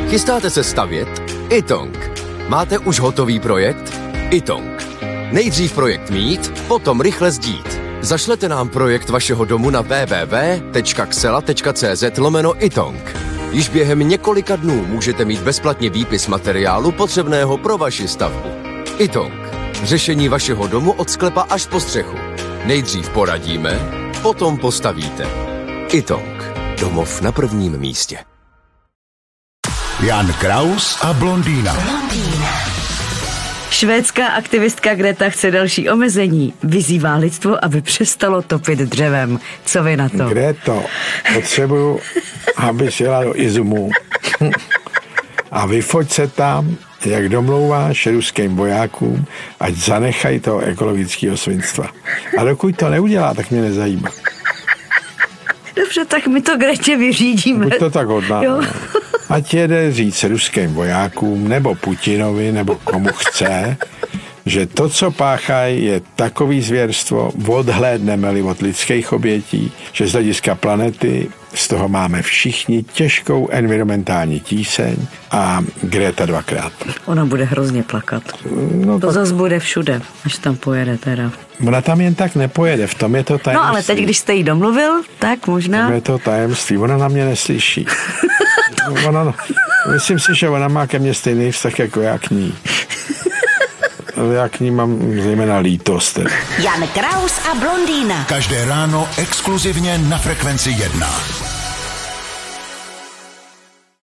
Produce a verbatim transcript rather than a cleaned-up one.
Chystáte se stavět? Itong. Máte už hotový projekt? Itong. Nejdřív projekt mít, potom rychle sdít. Zašlete nám projekt vašeho domu na w w w tečka xela tečka c z lomeno Itong. Již během několika dnů můžete mít bezplatně výpis materiálu potřebného pro vaši stavbu. Itong. Řešení vašeho domu od sklepa až po střechu. Nejdřív poradíme, potom postavíte. Itong. Domov na prvním místě. Jan Kraus a blondýna. blondýna. Švédská aktivistka Greta chce další omezení. Vyzývá lidstvo, aby přestalo topit dřevem. Co vy na to? Greto, potřebuju, aby jela do Izumu a vyfoť se tam, jak domlouváš ruským vojákům, ať zanechají toho ekologického svinstva. A dokud to neudělá, tak mě nezajímá. Dobře, tak my to Gretě vyřídíme. Buď to tak hodná. Ať jede říct ruským vojákům, nebo Putinovi, nebo komu chce, že to, co páchají, je takový zvěrstvo, odhlédneme-li od lidských obětí, že z hlediska planety z toho máme všichni těžkou environmentální tíseň a Greta dvakrát. Ona bude hrozně plakat. No, to tak... zase bude všude, až tam pojede teda. Ona tam jen tak nepojede, v tom je to tajemství. No ale teď, když jste jí domluvil, tak možná... V tom je to tajemství, ona na mě neslyší. Ona, myslím si, že ona má ke mně stejný vztah jako já k ní. Já k ní mám zejména lítost. Jan Kraus a blondýna. Každé ráno exkluzivně na Frekvenci jedna.